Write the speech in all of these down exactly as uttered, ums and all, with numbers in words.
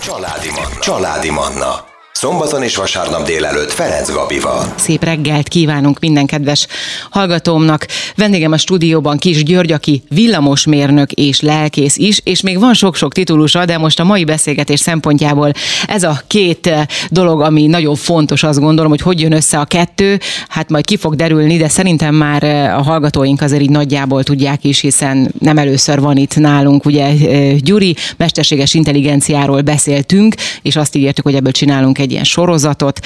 Családi Manna. Családi Manna. Szombaton és vasárnap délelőtt Ferenc Gabival. Szép reggelt kívánunk minden kedves hallgatómnak. Vendégem a stúdióban Kiss György, aki villamosmérnök és lelkész is, és még van sok-sok titulusa, de most a mai beszélgetés szempontjából ez a két dolog, ami nagyon fontos, azt gondolom, hogy hogy jön össze a kettő, hát majd ki fog derülni, de szerintem már a hallgatóink azért így nagyjából tudják is, hiszen nem először van itt nálunk, ugye Gyuri, mesterséges intelligenciáról beszéltünk, és azt ígértük, hogy ebből csinálunk egy ilyen sorozatot,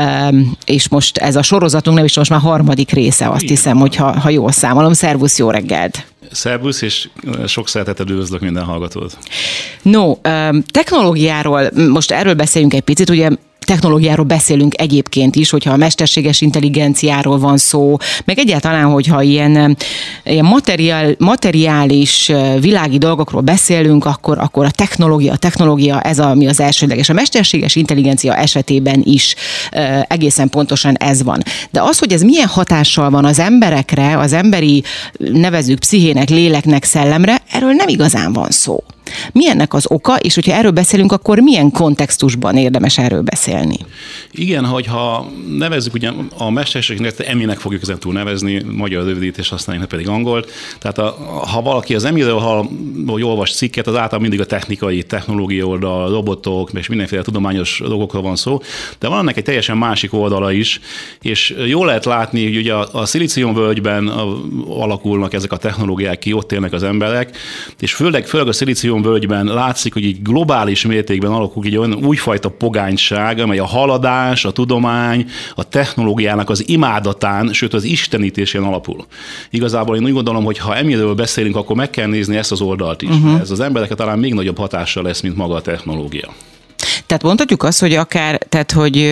és most ez a sorozatunk nem is most már harmadik része, azt hiszem, hogy ha, ha jól számolom. Szervusz, jó reggelt! Szervusz, és sok szeretettel üdvözlök minden hallgatót. No, technológiáról, most erről beszéljünk egy picit, ugye technológiáról beszélünk egyébként is, hogyha a mesterséges intelligenciáról van szó, meg egyáltalán, hogyha ilyen, ilyen materiál, materiális világi dolgokról beszélünk, akkor, akkor a technológia, a technológia ez, ami az elsődleges. A mesterséges intelligencia esetében is egészen pontosan ez van. De az, hogy ez milyen hatással van az emberekre, az emberi, nevezzük pszichének, léleknek, szellemre, erről nem igazán van szó. Mi ennek az oka, és hogyha erről beszélünk, akkor milyen kontextusban érdemes erről beszélni? Igen, hogyha nevezzük, ugye a mesterséget emének fogjuk ezen túl nevezni, magyar rövidítés használjuk, pedig angolt. Tehát a, ha valaki az emiről hall, vagy olvas cikket, az általában mindig a technikai, technológia oldal, robotok, és mindenféle tudományos dolgokról van szó, de van ennek egy teljesen másik oldala is, és jól lehet látni, hogy ugye a, a szilíciumvölgyben alakulnak ezek a technológiák ki, ott élnek az emberek, és főleg, főleg a szilícium völgyben látszik, hogy így globális mértékben alakul egy olyan újfajta pogányság, amely a haladás, a tudomány, a technológiának az imádatán, sőt az istenítésén alapul. Igazából én úgy gondolom, hogy ha emiről beszélünk, akkor meg kell nézni ezt az oldalt is. Uh-huh. Ez az embereket talán még nagyobb hatással lesz, mint maga a technológia. Tehát mondhatjuk azt, hogy akár, tehát hogy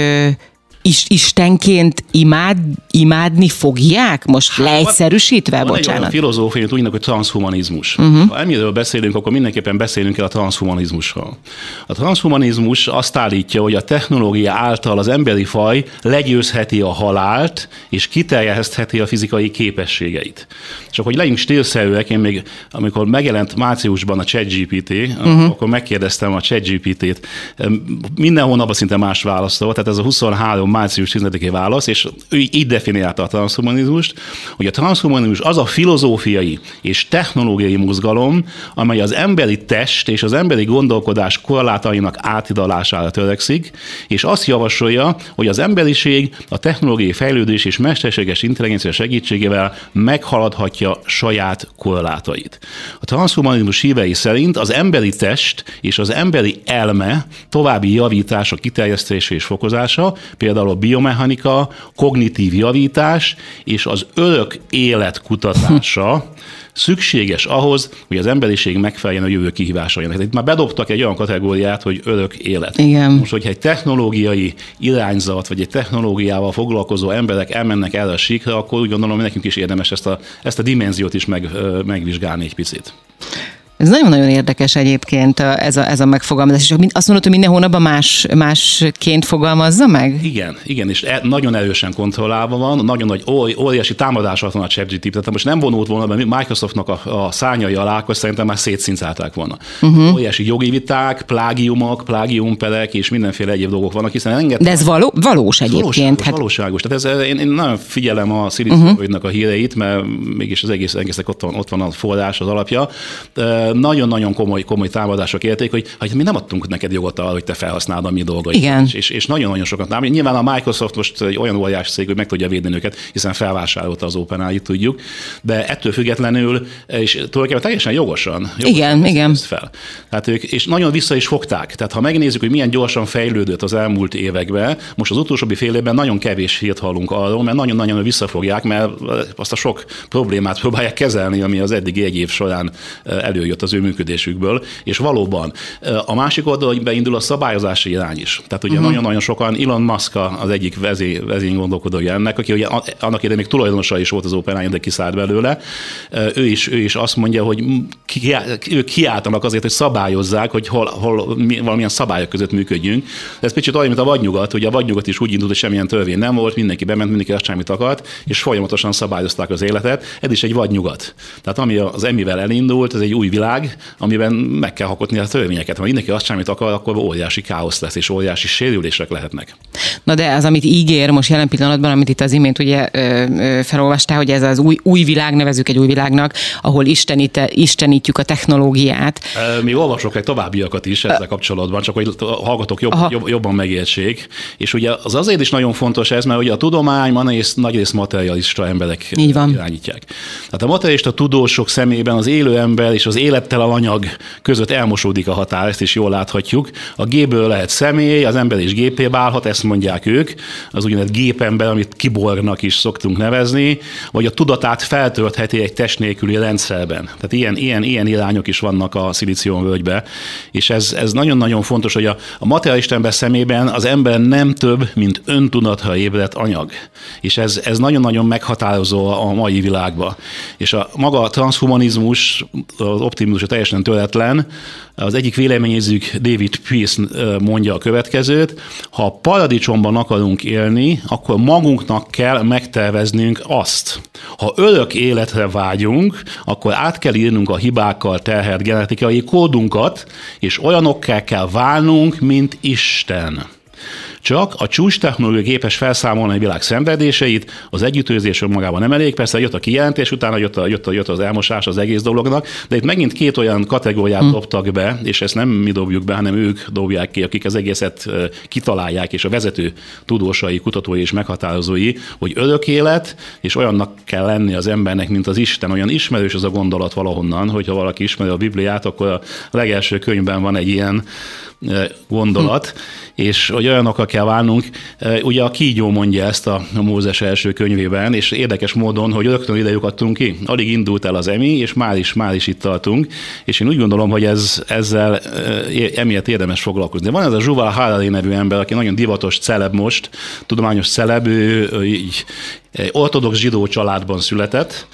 Is, istenként imád, imádni fogják? Most leegyszerűsítve, van, bocsánat. Van egy olyan filozófia, amit úgy hívnak, hogy transhumanizmus. Uh-huh. Ha emiről beszélünk, akkor mindenképpen beszélünk el a transhumanizmusról. A transhumanizmus azt állítja, hogy a technológia által az emberi faj legyőzheti a halált, és kiterjesztheti a fizikai képességeit. Csak hogy legyünk stílszerűek, én még, amikor megjelent márciusban a ChatGPT, uh-huh. akkor megkérdeztem a ChatGPT-t, minden hónapban szinte más választó, tehát ez a huszonhárom március tizenötödike válasz, és ő így definiálta a transhumanizmust, hogy a transhumanizmus az a filozófiai és technológiai mozgalom, amely az emberi test és az emberi gondolkodás korlátainak átidalására törekszik, és azt javasolja, hogy az emberiség a technológiai fejlődés és mesterséges intelligencia segítségével meghaladhatja saját korlátait. A transhumanizmus hívei szerint az emberi test és az emberi elme további javítása, kiterjesztése és fokozása, például a biomechanika, kognitív javítás és az örök élet kutatása szükséges ahhoz, hogy az emberiség megfeleljen a jövő kihívásainak. Itt már bedobtak egy olyan kategóriát, hogy örök élet. Igen. Most, hogyha egy technológiai irányzat, vagy egy technológiával foglalkozó emberek elmennek erre a síkra, akkor úgy gondolom, hogy nekünk is érdemes ezt a, ezt a dimenziót is meg, megvizsgálni egy picit. Ez nagyon-nagyon érdekes egyébként ez a, ez a megfogalmazás. És azt mondod, hogy minden hónapban más, másként fogalmazza meg? Igen, igen, és e, nagyon erősen kontrollálva van, nagyon nagy, óriási támadás van a ChatGPT, tehát most nem vonult volna be Microsoftnak a, a szárnyai alá, akkor szerintem már szétszincálták volna. Uh-huh. Óriási jogi viták, plágiumok, plágiumperek és mindenféle egyéb dolgok vannak, hiszen engedtem. De ez való, valós egyébként. Valóságos, hát... valóságos. Tehát ez, én, én nagyon figyelem a szilíciumvölgynek uh-huh. a híreit, mert mégis az egész, egésznek ott van, ott van a forrás, az alapja. Nagyon-nagyon komoly, komoly támadások érték, hogy, hogy mi nem adtunk neked jogot arra, hogy te felhasználd a mi dolgait. Igen. És, és nagyon-nagyon sokat támadják. Nyilván a Microsoft most egy olyan óriás cég, hogy meg tudja védeni őket, hiszen felvásárolta az OpenAI-t, tudjuk, de ettől függetlenül, és tulajdonképpen teljesen jogosan, jogosan igen, igen. fel. Tehát ők, és nagyon vissza is fogták. Tehát ha megnézzük, hogy milyen gyorsan fejlődött az elmúlt években, most az utolsóbbi fél évben nagyon kevés hírt hallunk arról, mert nagyon-nagyon visszafogják, mert azt a sok problémát próbálják kezelni, ami az eddigi egy év során előjött az ő működésükből, és valóban a másik oldalon beindul a szabályozási irány is. Tehát ugye uh-huh. nagyon-nagyon sokan, Elon Musk az egyik vezény, vezény gondolkodója ennek, aki ugye annak idején még tulajdonosa is volt az OpenAI, de kiszállt belőle. Ő is, ő is azt mondja, hogy ki, ők kiáltanak azért, hogy szabályozzák, hogy hol, hol valamilyen szabályok között működjünk. Ez picit olyan, mint a vadnyugat, ugye a vadnyugat is úgy indult, hogy semmilyen törvény nem volt, mindenki bement, mindenki azt sem, amit akart, és folyamatosan szabályozták az életet. Ez is egy vadnyugat. Tehát ami az emivel elindult, ez egy új világ világ, amiben meg kell alkotni a törvényeket. Ha mindenki azt sem, amit akar, akkor óriási káosz lesz, és óriási sérülések lehetnek. Na de az, amit ígér most jelen pillanatban, amit itt az imént ugye ö, ö, felolvastál, hogy ez az új, új világ, nevezzük egy új világnak, ahol istenite, istenítjük a technológiát. Mi olvasok egy továbbiakat is ezzel kapcsolatban, csak hogy a hallgatók jobb, jobb, jobban megértsék. És ugye az azért is nagyon fontos ez, mert ugye a tudomány ma nagyrészt materialista emberek irányítják. Tehát a materialista tudósok szemében az élő ember és az élettelen anyag között elmosódik a határ, ezt is jól láthatjuk. A gépből lehet személy, az ember is gépé válhat, ezt mondják ők, az úgynevezett gépember, amit kiborgnak is szoktunk nevezni, vagy a tudatát feltöltheti egy test nélküli rendszerben. Tehát ilyen, ilyen, ilyen irányok is vannak a szilíciumvölgyben, és ez, ez nagyon-nagyon fontos, hogy a, a materialista ember szemében az ember nem több, mint öntudatra ébredt anyag. És ez, ez nagyon-nagyon meghatározó a mai világban. És a maga a transhumanizmus, az optimizmus teljesen töretlen. Az egyik véleményezők, David Pearce mondja a következőt: ha a paradicsomban akarunk élni, akkor magunknak kell megterveznünk azt. Ha örök életre vágyunk, akkor át kell írnunk a hibákkal terhelt genetikai kódunkat, és olyanokká kell válnunk, mint Isten. Csak a csúcs technológia képes felszámolni a világ szenvedéseit, az együttérzés magában nem elég, persze jött a kijelentés, utána jött, a, jött, a, jött az elmosás az egész dolognak, de itt megint két olyan kategóriát hmm. dobtak be, és ezt nem mi dobjuk be, hanem ők dobják ki, akik az egészet kitalálják, és a vezető tudósai, kutatói és meghatározói, hogy örök élet, és olyannak kell lenni az embernek, mint az Isten. Olyan ismerős az a gondolat valahonnan, hogyha valaki ismeri a Bibliát, akkor a legelső könyvben van egy ilyen gondolat, hm. és hogy olyanokkal kell válnunk. Ugye a kígyó mondja ezt a Mózes első könyvében, és érdekes módon, hogy rögtön ide lyukadtunk ki. Alig indult el az emi, és már is, már is itt tartunk, és én úgy gondolom, hogy ez, ezzel emiatt érdemes foglalkozni. Van ez a Yuval Harari nevű ember, aki nagyon divatos celeb most, tudományos celeb, ő így ortodox zsidó családban született,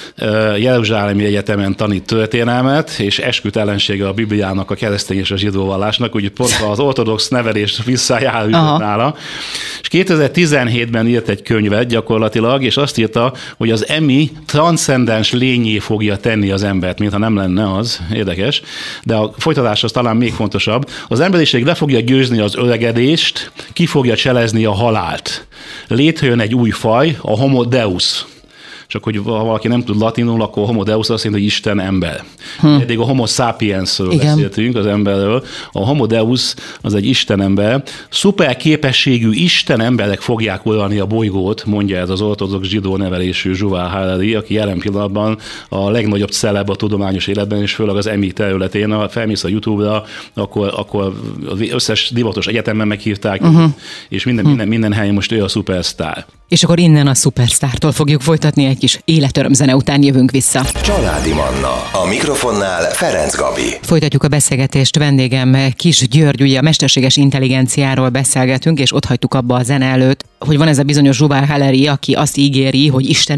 Jeruzsálemi Egyetemen tanít történelmet, és esküdt ellensége a Bibliának, a keresztény és a zsidó vallásnak, úgyhogy pont az ortodox nevelés visszajárult nála. És kétezer-tizenhétben írt egy könyvet gyakorlatilag, és azt írta, hogy az emi transzcendens lényé fogja tenni az embert, mintha nem lenne az, érdekes, de a folytatás az talán még fontosabb. Az emberiség le fogja győzni az öregedést, ki fogja cselezni a halált. Létrejön egy új faj, a Homo Deus. Csak hogy ha valaki nem tud latinul, akkor Homo Deus azt jelenti, hogy Isten ember. Hm. Eddig a Homo sapiensről beszéltünk, az emberről. A Homo Deus az egy Isten ember. Szuper képességű Isten emberek fogják uralni a bolygót, mondja ez az ortodox zsidó nevelésű Yuval Harari, aki jelen pillanatban a legnagyobb celeb a tudományos életben, és főleg az emi területén. Ha felmész a YouTube-ra, akkor, akkor az összes divatos egyetemben meghívták, uh-huh. és minden, minden, minden helyen most ő a szupersztár. És akkor innen a szupersztártól fogjuk folytatni, egy kis életörömzene után jövünk vissza. Családi Manna. A mikrofonnál Ferenc Gabi. Folytatjuk a beszélgetést, vendégem Kiss György, ugye a mesterséges intelligenciáról beszélgetünk, és ott hagytuk abba a zene előtt, hogy van ez a bizonyos Yuval Harari, aki azt ígéri, hogy Isten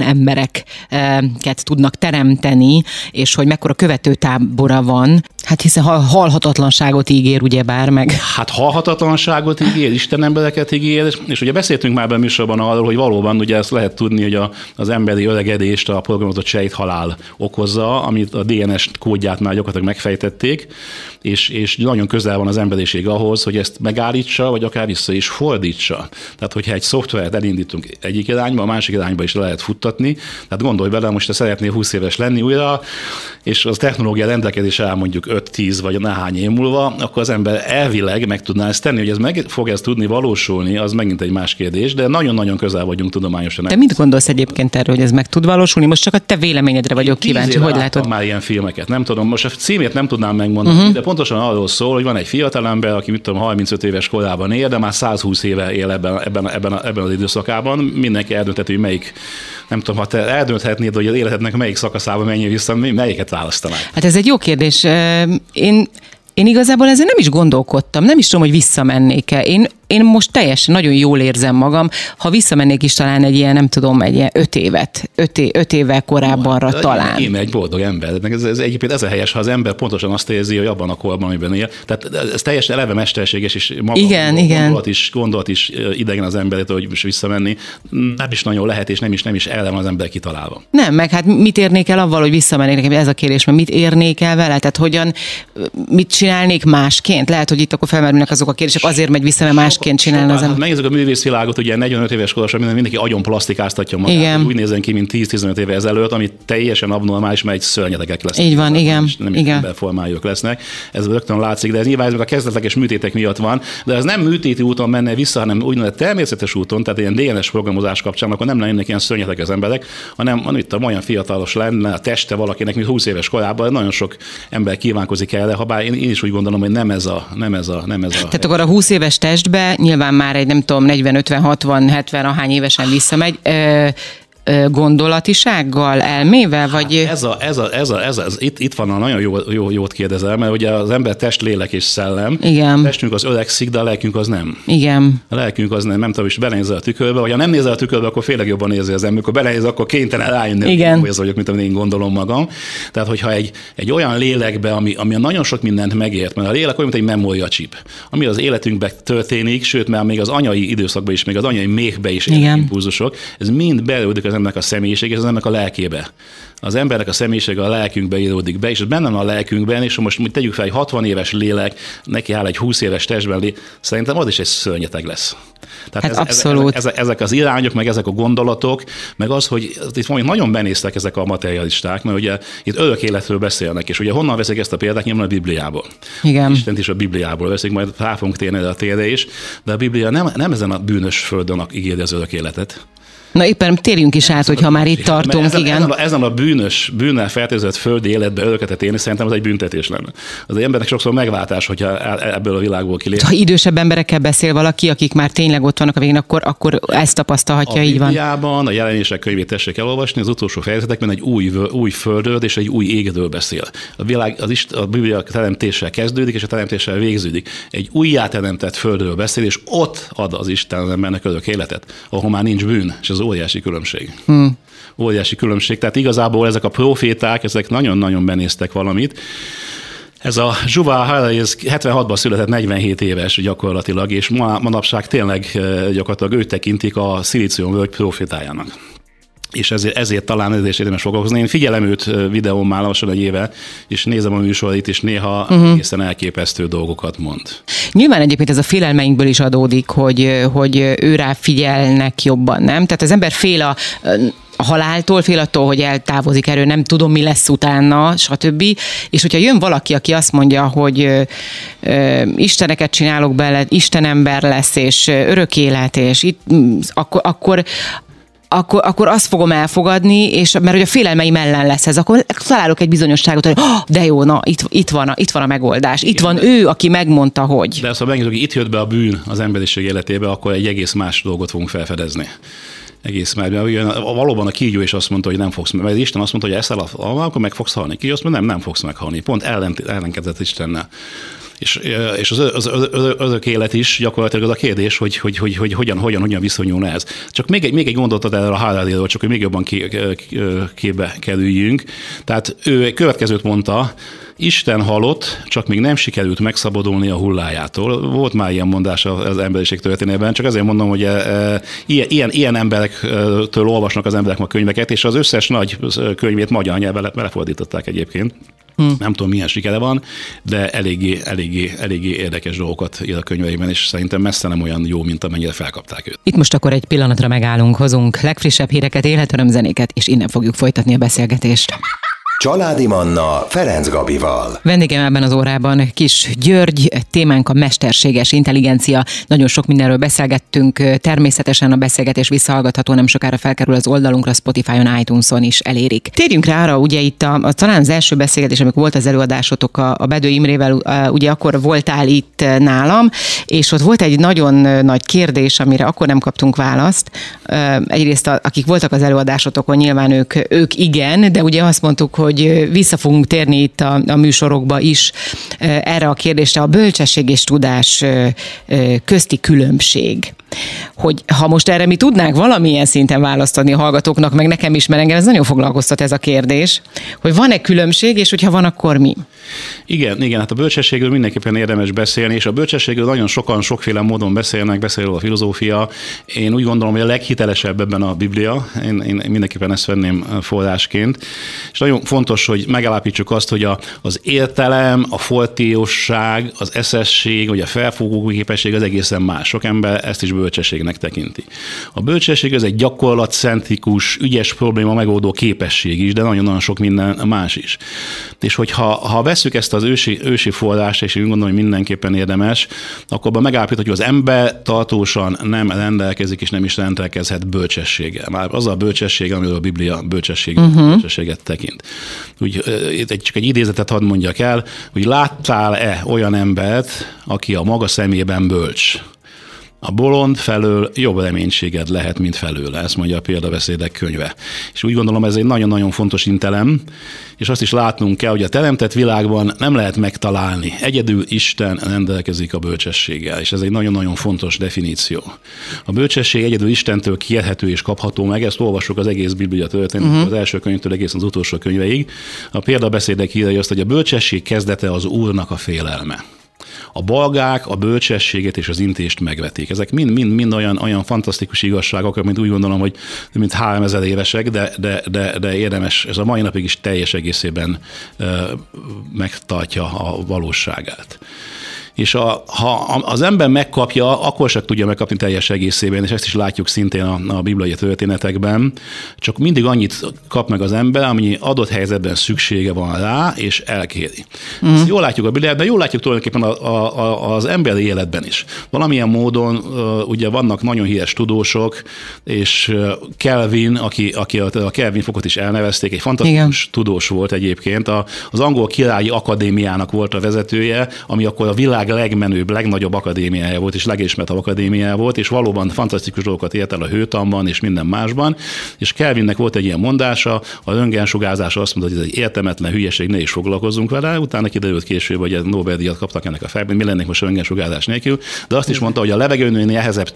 embereket tudnak teremteni, és hogy mekkora követőtábora van. Hát hiszen halhatatlanságot ígér, ugyebár meg. Hát halhatatlanságot ígér, Isten embereket ígér, és, és ugye beszéltünk már be a műsorban arról, hogy valóban ugye ezt lehet tudni, hogy a, az emberi öregedést a programozott sejthalál okozza, amit a dé en es kódját már gyakorlatilag megfejtették, és, és nagyon közel van az emberiség ahhoz, hogy ezt megállítsa, vagy akár vissza is fordítsa. Tehát, hogyha egy szoftvert elindítunk egyik irányba, a másik irányba is le lehet futtatni. Tehát gondolj bele, most te szeretnél húsz éves lenni újra, és az technológia rendelkezés el mondjuk öt-tíz vagy nehány év múlva, akkor az ember elvileg meg tudná ezt tenni, hogy ez meg fog ezt tudni valósulni, az megint egy más kérdés, de nagyon-nagyon közel vagyunk tudományosan. Te mit gondolsz egyébként erről, hogy ez meg tud valósulni? Most csak a te véleményedre vagyok kíváncsi, hogy látod? Már ilyen filmeket, nem tudom, most a címét nem tudnám megmondani, uh-huh. de pontosan arról szól, hogy van egy fiatalember, aki mit tudom, harmincöt éves korában él, de már százhúsz éve él ebben, ebben, ebben, a, ebben az időszakában. Mindenki eldöntheti, hogy melyik, nem tudom, ha te eldönthetnéd, hogy az életednek melyik szakaszában menjél vissza, melyiket választanál? Hát ez egy jó kérdés. Én Én igazából ezzel nem is gondolkodtam, nem is tudom, hogy visszamennék-e. Én én most teljesen nagyon jól érzem magam, ha visszamennék is talán egy ilyen, nem tudom, egy ilyen öt évet, öt, é, öt évvel korábbanra no, talán. Én egy boldog ember. Ez, ez egyébként ez a helyes, ha az ember pontosan azt érzi, hogy abban a korban, amiben él. Tehát ez teljesen eleve mesterséges, és maga igen, igen. Gondolat, is, gondolat is idegen az embertől, hogy visszamenni. Nem is nagyon lehet, és nem is, nem is el van az ember kitalálva. Nem, meg hát mit érnék el avval, hogy visszamennék, nekem ez a kérdés, mert mit érnék el vele? Tehát hogyan, mit csinálnék másként? Lehet, hogy itt akkor felmerülnek azok a kérdések, azért megy vissza, mert másként csinálna az ember. Hát megnézzük a művészvilágot, ugye negyvenöt éves korosra minden, mindenki agyon plastikáztatja magát. Igen. Úgy nézzen ki, mint tíz-tizenöt éve ezelőtt, ami teljesen abnormális, mert egy szörnyetegek lesznek. Így van, igen. Nem is emberformájuk lesznek. Ez rögtön látszik, de ez nyilván ez meg a kezdetleges műtétek miatt van, de ez nem műtéti úton menne vissza, hanem úgynevezett természetes úton, tehát ilyen dé en es programozás kapcsán, akkor nem lennének ilyen szörnyetek az emberek, hanem van itt olyan fiatalos lenne a teste valakinek, mint húsz éves korában, nagyon sok ember kívánkozik erre, ha bár én, én is úgy gondolom, hogy nem ez a, nem ez a, nem ez a. Tehát akkor a húsz éves testbe nyilván már egy nem tudom negyven, ötven, hatvan, hetven ahány évesen visszamegy. Ö- gondolatisággal, elmével, vagy... Hát ez a, ez a, ez a, ez a, ez, itt, itt van a nagyon jó, jó, jót kérdezel, mert ugye az ember test, lélek és szellem. Igen. A testünk az öregszik, de a lelkünk az nem. Igen. A lelkünk az nem, nem tudom, is belenézel a tükörbe, vagy ha nem nézel a tükörbe, akkor félleg jobban nézi az ember, amikor belenézel, akkor kénytelen rájönni, igen. hogy ez vagyok, mint amit én gondolom magam. Tehát, hogyha egy, egy olyan lélekbe, ami, ami nagyon sok mindent megért, mert a lélek olyan, mint egy memória chip, ami az életünkben történik, sőt, már még az anyai időszakban is, még az anyai méhbe is impulzusok, ez mind belődik az embernek a személyiség, ez az embernek a lelkébe. Az embernek a személyisége a lelkünkbe íródik be, és ez benne van a lelkünkben, és most tegyük fel egy hatvan éves lélek, neki áll egy húsz éves testben, szerintem az is egy szörnyeteg lesz. Tehát hát ez, abszolút. Ezek, ezek az irányok, meg ezek a gondolatok, meg az, hogy itt mondjuk nagyon benéztek ezek a materialisták, mert ugye itt örök életről beszélnek, és ugye honnan veszik ezt a példát? Nyilván a Bibliából. Igen. Istent is a Bibliából veszik, majd rá fogunk térni a térre is, de a Biblia nem, nem ezen a bűnös földön ígéri az örök életet. Na éppen térjünk is át, hogyha már itt tartunk, ezen, igen. Ezen a, ezen a bűnös, bűnnel fertőzött földi életbe öröketet élni, szerintem az egy büntetés lenne. Az embernek sokszor megváltás, hogyha ebből a világból kilép. Ha idősebb emberekkel beszél valaki, akik már tényleg ott vannak a végén, akkor, akkor ezt tapasztalhatja, a így van. A Bibliában, a Jelenések könyvét tessék elolvasni, az utolsó fejezetekben egy új, új földről és egy új égről beszél. A világ, az Isten, a Biblia teremtéssel kezdődik, és a teremtéssel végződik. Egy újjáteremtett földről beszél, és ott ad az Isten az embernek örök életet, ahol már nincs bűn, és az óriási különbség. Hmm. Óriási különbség. Tehát igazából ezek a proféták, ezek nagyon-nagyon benéztek valamit. Ez a Yuval Harari hetvenhatban született, negyvenhét éves gyakorlatilag, és ma, manapság tényleg gyakorlatilag őt tekintik a szilíciumvölgy profétájának. És ezért, ezért talán ezért is érdemes foglalkozni. Én figyelem őt videón már lassan egy éve, és nézem a műsorait, és néha uh-huh. egészen elképesztő dolgokat mond. Nyilván egyébként ez a félelmeinkből is adódik, hogy, hogy ő rá figyelnek jobban, nem? Tehát az ember fél a, a haláltól, fél attól, hogy eltávozik erről, nem tudom, mi lesz utána, stb. És hogyha jön valaki, aki azt mondja, hogy ö, ö, isteneket csinálok bele, istenember lesz, és örök élet, és itt, akkor, akkor Akkor, akkor azt fogom elfogadni, és mert hogy a félelmeim ellen lesz ez, akkor találok egy bizonyosságot, hogy oh, de jó, na, itt, itt, van a, itt van a megoldás. Itt igen, van ő, aki megmondta, hogy. De azt, ha megnézzük, hogy itt jött be a bűn az emberiség életébe, akkor egy egész más dolgot fogunk felfedezni. Egész már. Valóban a kígyó is azt mondta, hogy nem fogsz, mert Isten azt mondta, hogy eszel a alma, akkor meg fogsz halni. Kígyó azt mondta, nem, nem fogsz meghalni. Pont ellen, ellenkezett Istennel. És, és az, az, az, az örök élet is gyakorlatilag az a kérdés, hogy, hogy, hogy, hogy hogyan, hogyan, hogyan viszonyul ez. Csak még egy, még egy gondolatot erről a Harariról, csak hogy még jobban képbe kerüljünk. Tehát ő egy következőt mondta, Isten halott, csak még nem sikerült megszabadulni a hullájától. Volt már ilyen mondás az emberiség történetében, csak azért mondom, hogy e, ilyen, ilyen, ilyen emberektől olvasnak az emberek ma könyveket, és az összes nagy könyvét magyar nyelven belefordították egyébként. Hmm. Nem tudom, milyen sikere van, de eléggé, eléggé, eléggé érdekes dolgokat ír a könyveiben, és szerintem messze nem olyan jó, mint amennyire felkapták őt. Itt most akkor egy pillanatra megállunk, hozunk legfrissebb híreket, életörömzenéket, és innen fogjuk folytatni a beszélgetést. Családi Manna Ferenc Gabival. Vendégem ebben az órában Kis György, témánk a mesterséges intelligencia. Nagyon sok mindenről beszélgettünk, természetesen a beszélgetés visszahallgatható, nem sokára felkerül az oldalunkra, Spotify-on, iTunes-on is elérik. Térjünk rá arra, ugye itt a, a talán az első beszélgetés, amikor volt az előadásotok a, a Bedő Imrével, ugye akkor voltál itt nálam, és ott volt egy nagyon nagy kérdés, amire akkor nem kaptunk választ. Egyrészt a, akik voltak az előadásotokon, nyilván ők, ők igen, de ugye azt mondtuk, hogy vissza fogunk térni itt a, a műsorokba is erre a kérdésre, a bölcsesség és tudás közti különbség. Hogy ha most erre mi tudnánk valamilyen szinten választ adni a hallgatóknak, meg nekem is, mert engem ez nagyon foglalkoztat ez a kérdés, hogy van-e különbség, és hogyha van, akkor mi? Igen, igen, hát a bölcsességről mindenképpen érdemes beszélni, és a bölcsességről nagyon sokan, sokféle módon beszélnek, beszél a filozófia. Én úgy gondolom, hogy a leghitelesebb ebben a Biblia, én, én mindenképpen ezt venném forrásként. És nagyon fontos, hogy megállapítsuk azt, hogy a, az értelem, a foltiosság, az eszesség, vagy a felfogó képesség az egészen más. Sok ember ezt is bölcsességnek tekinti. A bölcsesség az egy gyakorlatcentrikus, ügyes probléma megoldó képesség is, de nagyon-nagyon sok minden más is. És hogyha ha vesszük ezt az ősi, ősi forrást, és én gondolom, hogy mindenképpen érdemes, akkor abban megállapíthatjuk, hogy az ember tartósan nem rendelkezik, és nem is rendelkezhet bölcsességgel. Már az a bölcsesség, amiről a Biblia bölcsesség, uh-huh. bölcsességet tekint. Úgy, egy, csak egy idézetet hadd mondjak el, hogy láttál-e olyan embert, aki a maga szemében bölcs? A bolond felől jobb reménységed lehet, mint felőle, ezt mondja a Példabeszédek könyve. És úgy gondolom, ez egy nagyon-nagyon fontos intelem, és azt is látnunk kell, hogy a teremtett világban nem lehet megtalálni. Egyedül Isten rendelkezik a bölcsességgel, és ez egy nagyon-nagyon fontos definíció. A bölcsesség egyedül Istentől kérhető és kapható meg, ezt olvassuk az egész Biblia történet, uh-huh. az első könyvtől egészen az utolsó könyveig. A Példabeszédek írja azt, hogy a bölcsesség kezdete az Úrnak a félelme. A balgák a bölcsességet és az intést megvetik. Ezek mind-mind olyan, olyan fantasztikus igazságok, mint úgy gondolom, hogy mint háromezer évesek, de, de, de, de érdemes, ez a mai napig is teljes egészében uh, megtartja a valóságát. És a, ha az ember megkapja, akkor sem tudja megkapni teljes egészében, és ezt is látjuk szintén a, a bibliai történetekben, csak mindig annyit kap meg az ember, amennyi adott helyzetben szüksége van rá, és elkéri. Mm. Ezt jól látjuk a Bibliában, de jól látjuk tulajdonképpen a, a, a, az emberi életben is. Valamilyen módon uh, ugye vannak nagyon híres tudósok, és uh, Kelvin, aki, aki a, a Kelvin fokot is elnevezték, egy fantasztikus Igen. tudós volt egyébként. A, az Angol Királyi Akadémiának volt a vezetője, ami akkor a világ legmenőbb, legnagyobb akadémiája volt, és legismertebb akadémiája volt, és valóban fantasztikus dolgokat ért el a hőtanban és minden másban. És Kelvinnek volt egy ilyen mondása, a röntgensugárzása azt mondta, hogy ez egy értelmetlen hülyeség, ne is foglalkozzunk vele. Utána kiderült később, hogy Nobel-díjat kaptak ennek a felben, mi lennék most a röntgensugárzás nélkül, de azt is mondta, hogy a levegőnél nehezebb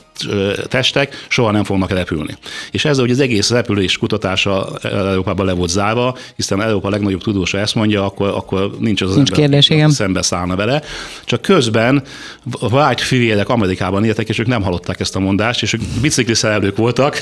testek soha nem fognak repülni. És ezzel, hogy az egész repülés kutatása Európában le volt zárva, hiszen Európa legnagyobb tudósa ezt mondja, akkor, akkor nincs az, nincs az kérdés, ember, szembe szállna vele. Csak közben Wright fivérek Amerikában éltek, és ők nem hallották ezt a mondást, és ők bicikliszerelők voltak,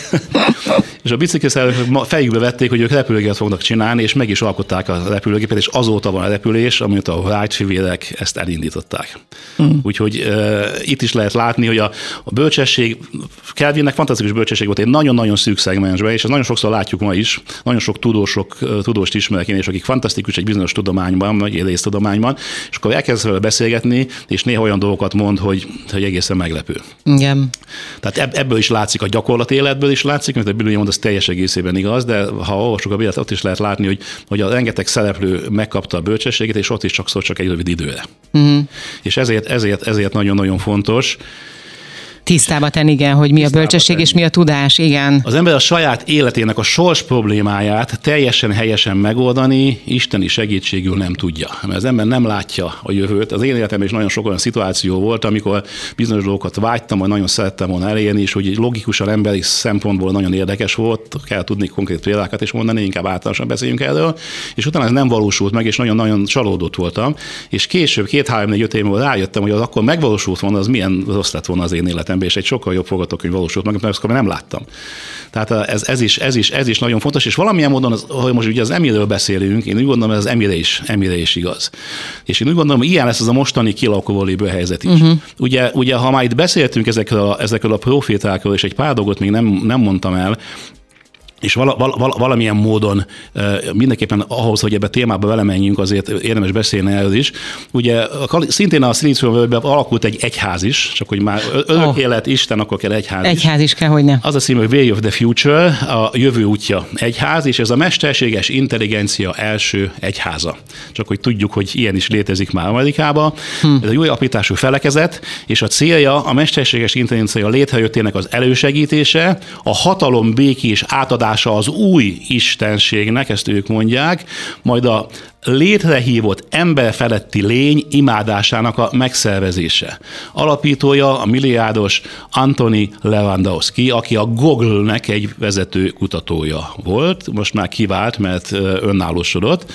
és a bicikliszerelők fejükbe vették, hogy ők repülőgépet fognak csinálni, és meg is alkották a repülőgépet, és azóta van a repülés, amit a Wright fivérek ezt elindították. Hmm. Úgyhogy uh, itt is lehet látni, hogy a, a bölcsesség, Kelvinnek fantasztikus bölcsesség volt egy nagyon-nagyon szűk szegmensben, és ezt nagyon sokszor látjuk ma is, nagyon sok tudósok, tudóst ismerek én, és akik fantasztikus egy bizonyos tudományban, vagy résztudományban, és akkor elkezd vele beszélgetni, és néha olyan dolgokat mond, hogy, hogy egészen meglepő. Igen. Tehát ebből is látszik, a gyakorlati életből is látszik, mert a Biblia mond, az teljes egészében igaz, de ha olvasok a Bibliát, ott is lehet látni, hogy, hogy a rengeteg szereplő megkapta a bölcsességet, és ott is csak szól csak egy rövid időre. Uh-huh. És ezért, ezért, ezért nagyon-nagyon fontos, tisztába tenni, igen, hogy mi tisztába a bölcsesség tenni. És mi a tudás, igen. Az ember a saját életének a sors problémáját teljesen helyesen megoldani isteni segítségül nem tudja. Mert az ember nem látja a jövőt. Az én életemben is nagyon sok olyan szituáció volt, amikor bizonyos dolgokat vágytam, vagy nagyon szerettem volna elérni, és hogy logikusan emberi szempontból nagyon érdekes volt, kell tudni konkrét példákat is mondani, inkább általánosan beszéljünk erről, és utána ez nem valósult meg, és nagyon-nagyon csalódott voltam, és később, két-három-négy-öt év múlva rájöttem, hogy az akkor megvalósult volna, az milyen rossz lett volna az én életem. És egy sokkal jobb forgatókönyv valósult meg, mert azt nem láttam. Tehát ez, ez, is, ez, is, ez is nagyon fontos, és valamilyen módon, az, hogy most ugye az Emiről beszélünk, én úgy gondolom, hogy az Emire is, Emire is igaz. És én úgy gondolom, hogy ilyen lesz az a mostani kialakuló lévő helyzet is. Uh-huh. Ugye, ugye, ha már itt beszéltünk ezekről a, ezekről a profétákról, és egy pár dolgot még nem, nem mondtam el, és vala, vala, valamilyen módon mindenképpen ahhoz, hogy ebbe a témába vele menjünk, azért érdemes beszélni erről is. Ugye szintén a Silicon Valley-ben alakult egy egyház is, csak hogy már örök oh. élet, Isten, akkor kell egyház is. Egyház is kell, hogy ne. Az a cím, hogy Way of the Future, a jövő útja egyház, és ez a mesterséges intelligencia első egyháza. Csak hogy tudjuk, hogy ilyen is létezik már Amerikában. Hmm. Ez egy új apítású felekezet, és a célja a mesterséges intelligencia létrejöttének az elősegítése, a hatalom békés átadás megalkotása az új istenségnek, ezt ők mondják, majd a létrehívott emberfeletti lény imádásának a megszervezése. Alapítója a milliárdos Anthony Lewandowski, aki a Google-nek egy vezető kutatója volt, most már kivált, mert önállósodott,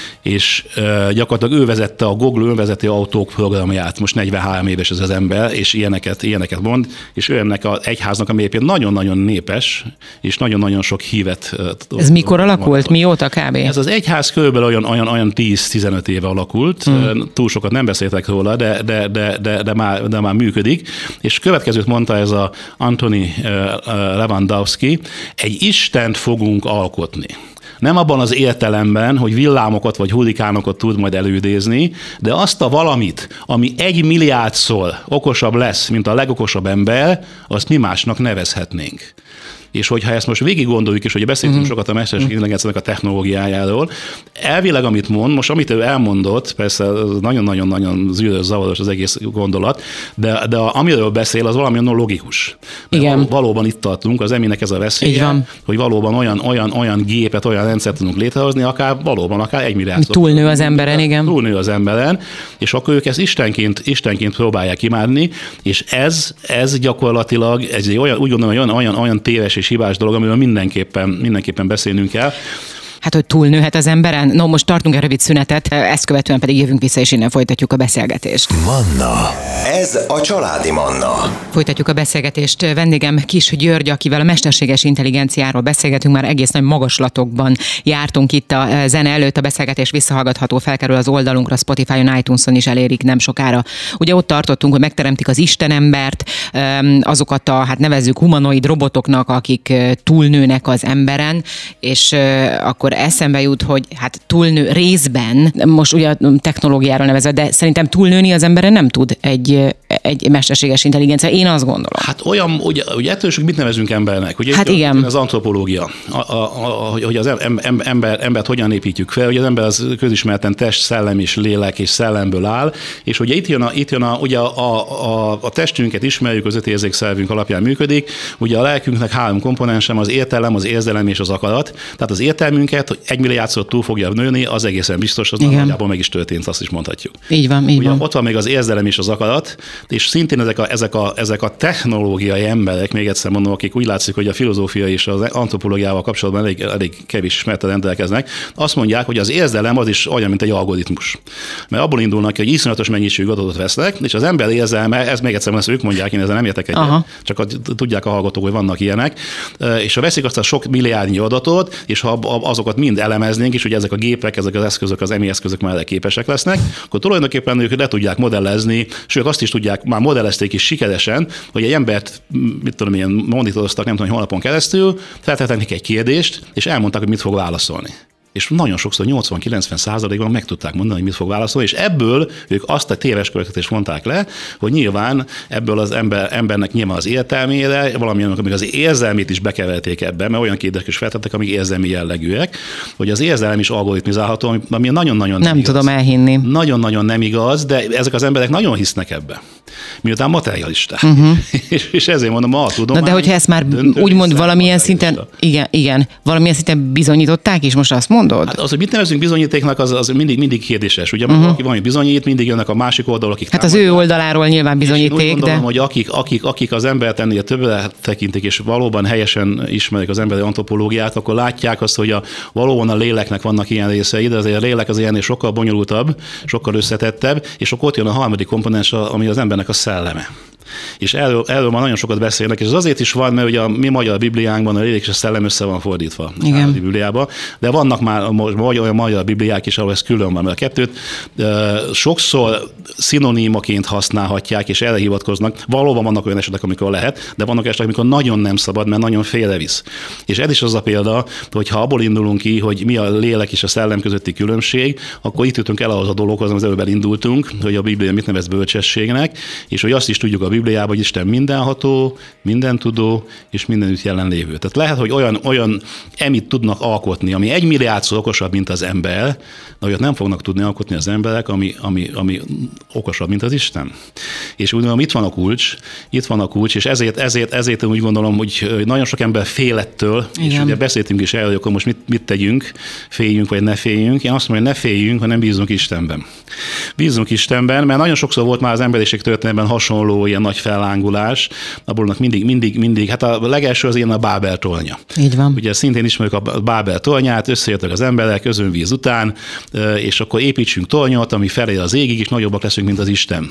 és gyakorlatilag ő vezette a Google önvezető autók programját, most negyvenhárom éves ez az ember, és ilyeneket, ilyeneket mond, és ő ennek az egyháznak, ami éppen nagyon-nagyon népes, és nagyon-nagyon sok hívet. Ez mikor alakult? Mióta kb? Ez az egyház körülbelül olyan, olyan, olyan tíz-tizenöt éve alakult, hmm. túl sokat nem beszéltek róla, de, de, de, de, de, már, de már működik, és következőt mondta ez a Anthony Lewandowski, egy Istent fogunk alkotni. Nem abban az értelemben, hogy villámokat vagy hurikánokat tud majd elődézni, de azt a valamit, ami egy milliárdszor okosabb lesz, mint a legokosabb ember, azt mi másnak nevezhetnénk. És hogyha ezt most végig gondoljuk, és hogy beszéltünk uh-huh. sokat a mesterséges intelligenciának a technológiájáról, elvileg amit mond, most amit ő elmondott, persze nagyon-nagyon-nagyon zűrös, zavaros az egész gondolat, de, de amiről beszél, az valami logikus. Igen. Valóban itt tartunk, az eminek ez a veszélye, hogy valóban olyan, olyan, olyan gépet, olyan rendszert tudunk létrehozni, akár valóban, akár egy milliárd. Túlnő az emberen, igen. Túlnő az emberen, és akkor ők ezt istenként, istenként próbálják imádni, és ez, ez gyakorlatilag, ez egy olyan, úgy gondolom, olyan, olyan, olyan téves és hibás dolog, amiről mindenképpen, mindenképpen beszélnünk kell. Hát, hogy túlnőhet az emberen. No, most tartunk egy rövid szünetet, ezt követően pedig jövünk vissza, és innen folytatjuk a beszélgetést. Manna. Ez a Családi Manna. Folytatjuk a beszélgetést. Vendégem Kiss György, akivel a mesterséges intelligenciáról beszélgetünk, már egész nagy magaslatokban jártunk itt a zene előtt. A beszélgetés visszahallgatható, felkerül az oldalunkra, Spotify-on, iTunes-on is elérik nem sokára. Ugye ott tartottunk, hogy megteremtik az istenembert, azokat a, hát nevezzük humanoid robotoknak, akik túlnőnek az emberen, és akkor eszembe jut, hogy hát túlnő részben, most ugye a technológiáról nevezve, de szerintem túlnőni az emberen nem tud egy, egy mesterséges intelligencia. Én azt gondolom. Hát olyan, ugye, ugye ettől is mit nevezünk embernek? Ugye, hát igen. Az antropológia, a, a, a, hogy az ember, embert hogyan építjük fel, hogy az ember az közismerten test, szellem és lélek és szellemből áll, és ugye itt jön a, itt jön a, ugye a, a, a testünket ismerjük, az öt érzékszervünk alapján működik, ugye a lelkünknek három komponensem, az értelem, az érzelem és az akarat. Tehát az értelmünket, hogy egy milliárdszor túl fogja nőni, az egészen biztos, az nagyjából meg is történt, azt is mondhatjuk. Így van, így ugye van. Ott van még az érzelem és az akarat, és szintén ezek a, ezek a, ezek a technológiai emberek, még egyszer mondom, akik úgy látszik, hogy a filozófia és az antropológiával kapcsolatban elég, elég kevés ismerettel rendelkeznek, azt mondják, hogy az érzelem az is olyan, mint egy algoritmus. Mert abból indulnak ki, hogy iszonyatos mennyiségű adatot vesznek, és az ember érzelme, ez még egyszer, ezt ők mondják, én ezzel nem értek egyet, csak a, tudják a hallgatók, hogy vannak ilyenek, és ha veszik azt a sok milliárdnyi adatot, és ha azokat mind elemeznénk, és hogy ezek a gépek, ezek az eszközök, az emi eszközök már erre képesek lesznek, akkor tulajdonképpen ők le tudják modellezni, sőt azt is tudják, már modellezték is sikeresen, hogy egy embert, mit tudom, ilyen monitoroztak, nem tudom, hogy honlapon keresztül, feltettek neki egy kérdést, és elmondták, hogy mit fog válaszolni. És nagyon sokszor nyolcvan-kilencven százalékban meg tudták mondani, hogy mit fog válaszolni, és ebből ők azt a téves következtetést mondták le, hogy nyilván ebből az ember, embernek nyilván az értelmére, valamilyen, amíg az érzelmét is bekeverték ebbe, mert olyan kérdések is feltettek, amik érzelmi jellegűek, hogy az érzelem is algoritmizálható, ami nagyon-nagyon nem, nem igaz. tudom elhinni. Nagyon-nagyon nem igaz, de ezek az emberek nagyon hisznek ebbe. Miután materialisták. Uh-huh. és, és ezért mondom, a tudomány. Na de hogyha ezt már úgymond valamilyen szinten, igen, igen, valamilyen szinten bizonyították is, most azt mondod? Hát az, hogy mit nevezünk bizonyítéknak, az, az mindig, mindig kérdéses. Ugye, uh-huh. valaki valami bizonyít, mindig jönnek a másik oldalról, akik hát az ő oldaláról nyilván bizonyíték, én úgy gondolom, de... hogy akik, akik, akik az embert ennél többre tekintik, és valóban helyesen ismerik az emberi antropológiát, akkor látják azt, hogy a, valóban a léleknek vannak ilyen részei, de azért a lélek az ilyen sokkal bonyolultabb, sokkal összetettebb, és akkor ott jön a harmadik komponens, ami az embernek a szelleme. És erről, erről már nagyon sokat beszélnek, és ez azért is van, mert ugye a mi magyar Bibliánkban a lélek és a szellem össze van fordítva a Bibliában, de vannak már olyan magyar Bibliák is, ahol ez külön van, mert a kettőt sokszor szinonímaként használhatják, és erre hivatkoznak. Valóban vannak olyan esetek, amikor lehet, de vannak esetek, amikor nagyon nem szabad, mert nagyon félrevisz. És ez is az a példa, hogy ha abból indulunk ki, hogy mi a lélek és a szellem közötti különbség, akkor itt jutunk el ahhoz a dologhoz, az előbb indultunk, hogy a Biblia mit nevez bölcsességnek, és hogy azt is tudjuk a Bibliában, Bibliában, hogy Isten mindenható, mindentudó és mindenütt jelenlévő. Tehát lehet, hogy olyan, olyan emit tudnak alkotni, ami egy milliárdszor okosabb, mint az ember, de olyat nem fognak tudni alkotni az emberek, ami, ami, ami okosabb, mint az Isten. És úgy gondolom, itt van a kulcs, itt van a kulcs, és ezért, ezért, ezért úgy gondolom, hogy nagyon sok ember fél ettől, igen. És ugye beszéltünk is erről, hogy akkor most mit, mit tegyünk, féljünk vagy ne féljünk. Én azt mondom, hogy ne féljünk, hanem bízunk Istenben. Bízunk Istenben, mert nagyon sokszor volt már az emberiség történetben hasonló ilyen nagy fellángulás, abból mindig, mindig, mindig, hát a legelső az ilyen a Bábel tornya. Így van. Ugye szintén ismerjük a Bábel tornyát, összejöttek az emberek özönvíz után, és akkor építsünk tornyot, ami felé az égig, és nagyobbak leszünk, mint az Isten.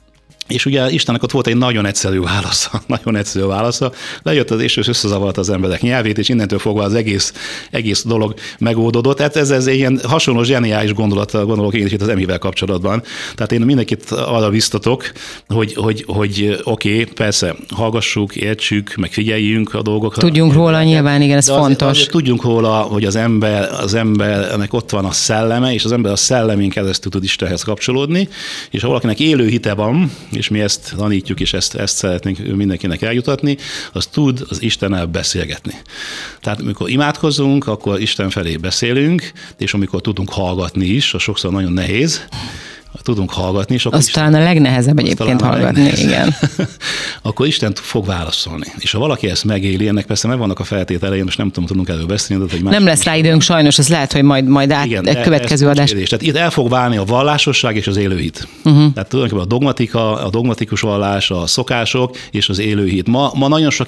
És ugye Istennek ott volt egy nagyon egyszerű válasza, nagyon egyszerű válasza, lejött az és összezavarta az emberek nyelvét, és innentől fogva az egész, egész dolog megoldódott. Hát ez, ez egy ilyen hasonló zseniális gondolat, gondolok én is itt az emivel kapcsolatban. Tehát én mindenkit arra biztatok, hogy, hogy, hogy oké, okay, persze, hallgassuk, értsük, meg figyeljünk a dolgokra. Tudjunk róla nyilván, igen, ez fontos. Azért, azért tudjunk róla, hogy az ember, az embernek ott van a szelleme, és az ember a szellemén keresztül tud Istenhez kapcsolódni, és ha valakinek élő hite van, és mi ezt tanítjuk, és ezt, ezt szeretnénk mindenkinek eljutatni, az tud az Istennel beszélgetni. Tehát amikor imádkozunk, akkor Isten felé beszélünk, és amikor tudunk hallgatni is, az sokszor nagyon nehéz, tudunk hallgatni. És akkor az talán a legnehezebb egyébként hallgatni, legnehezebb. Igen. Akkor Isten fog válaszolni. És ha valaki ezt megéli, ennek persze megvannak a feltételei, most nem tudom, tudunk erről beszélni. De nem lesz rá időnk sajnos, az lehet, hogy majd, majd át igen, egy következő adás. Tehát itt el fog válni a vallásosság és az élőhit. Uh-huh. Tehát tulajdonképpen a dogmatika, a dogmatikus vallás, a szokások és az élőhit. Ma, ma nagyon sok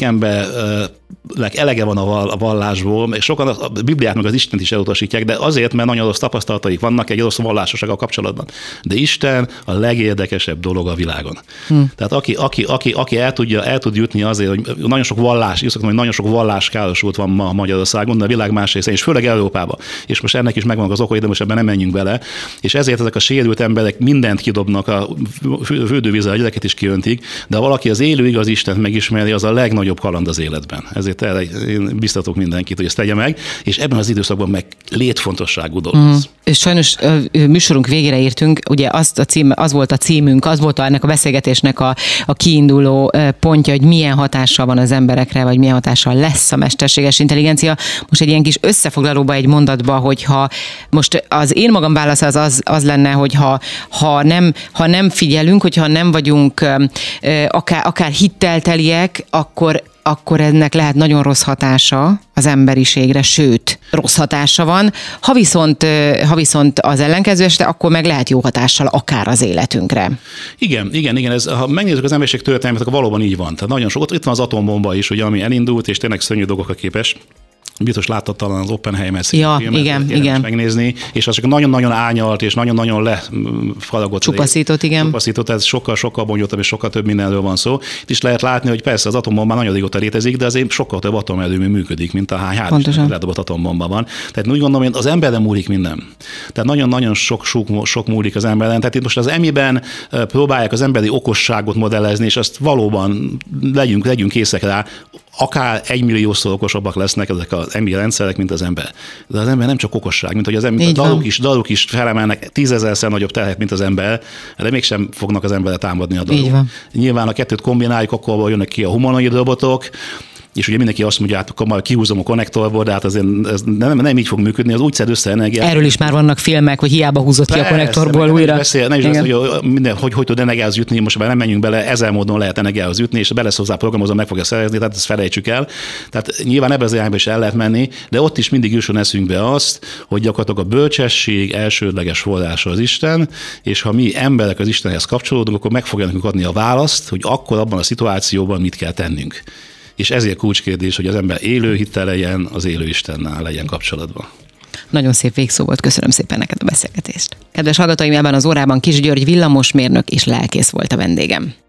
embernek elege van a vallásból, és sokan a Bibliát meg az Istent is elutasítják, de azért, mert nagyon rossz tapasztalataik vannak egy rossz vallásossággal kapcsolatban. De Isten a legérdekesebb dolog a világon. Hmm. Tehát aki, aki, aki, aki el, tudja, el tud jutni azért, hogy nagyon sok vallás, így szoktam, hogy nagyon sok vallás károsult van ma Magyarországon, de a világ más részén, és főleg Európában. És most ennek is megvannak az okai, de most ebben nem menjünk bele. És ezért ezek a sérült emberek mindent kidobnak, a fürdővízzel a gyereket is kiöntik, de ha valaki az élő igaz Istent megismeri, az a legnagyobb kaland az életben. Ezért erre én biztatok mindenkit, hogy ezt tegye meg, és ebben az időszakban meg létfontosságú dolog. Hmm. És sajnos műsorunk végére értünk, ugye azt a cím, az volt a címünk, az volt ennek a beszélgetésnek a, a kiinduló pontja, hogy milyen hatással van az emberekre, vagy milyen hatással lesz a mesterséges intelligencia. Most egy ilyen kis összefoglalóba, egy mondatba, hogyha most az én magam válasza az, az, az lenne, hogy ha, ha, nem, ha nem figyelünk, hogyha nem vagyunk akár, akár hittelteliek, akkor akkor ennek lehet nagyon rossz hatása az emberiségre, sőt, rossz hatása van. Ha viszont, ha viszont az ellenkező esete, akkor meg lehet jó hatással akár az életünkre. Igen, igen, igen. Ez, ha megnézzük az emberiség történelmét, akkor valóban így van. Tehát nagyon sok, itt van az atombomba is, ugye, ami elindult, és tényleg szörnyű dolgokra képes. Biztos láttad talán az Oppenheimer ja, filmet, igen, igen. megnézni, és az csak nagyon-nagyon ányalt, és nagyon-nagyon lefaragott. Csupaszított, igen. Csupaszított, ez sokkal-sokkal bonyolultabb, és sokkal több mindenről van szó. Itt is lehet látni, hogy persze az atombomba már nagyon régóta létezik, de azért sokkal több atomerőmű működik, mint a hány ledobott atombomba van. Tehát úgy gondolom, hogy az emberen múlik minden. Tehát nagyon-nagyon sok, sok, sok múlik az emberen. Tehát itt most az emiben próbálják az emberi okosságot modellezni, és azt valóban legyünk, legyünk készek rá, akár egymilliószor okosabbak lesznek ezek az emi rendszerek, mint az ember. De az ember nem csak okosság, mint hogy az ember, a daluk is, daluk is felemelnek tízezerszer nagyobb terhet, mint az ember, de mégsem fognak az emberre támadni a daluk. Nyilván a kettőt kombináljuk, akkor jönnek ki a humanoid robotok, és ugye mindenki azt mondja, hát akkor majd kihúzom a konnektorból, de hát azért ez nem, nem így fog működni, az úgy szed össze energiát. Erről is már vannak filmek, hogy hiába húzott ki a konnektorból újra. Nem is beszél, nem is beszél, hogy, minden, hogy hogy tud energiához jutni, most már nem menjünk bele, ezer módon lehet energiához jutni, és be lesz hozzá programozom, meg fogja szerezni, tehát ezt felejtsük el. Tehát nyilván ebben az irányba is el lehet menni, de ott is mindig jusson eszünkbe azt, hogy gyakorlatilag a bölcsesség elsődleges forrása az Isten, és ha mi emberek az Istenhez kapcsolódunk, akkor meg fogja nekünk adni a választ, hogy akkor abban a szituációban mit kell tennünk. És ezért kulcskérdés, hogy az ember élő hittel legyen, az élő Istennel legyen kapcsolatban. Nagyon szép végszó volt, köszönöm szépen neked a beszélgetést. Kedves hallgatóim, ebben az órában Kis György villamosmérnök és lelkész volt a vendégem.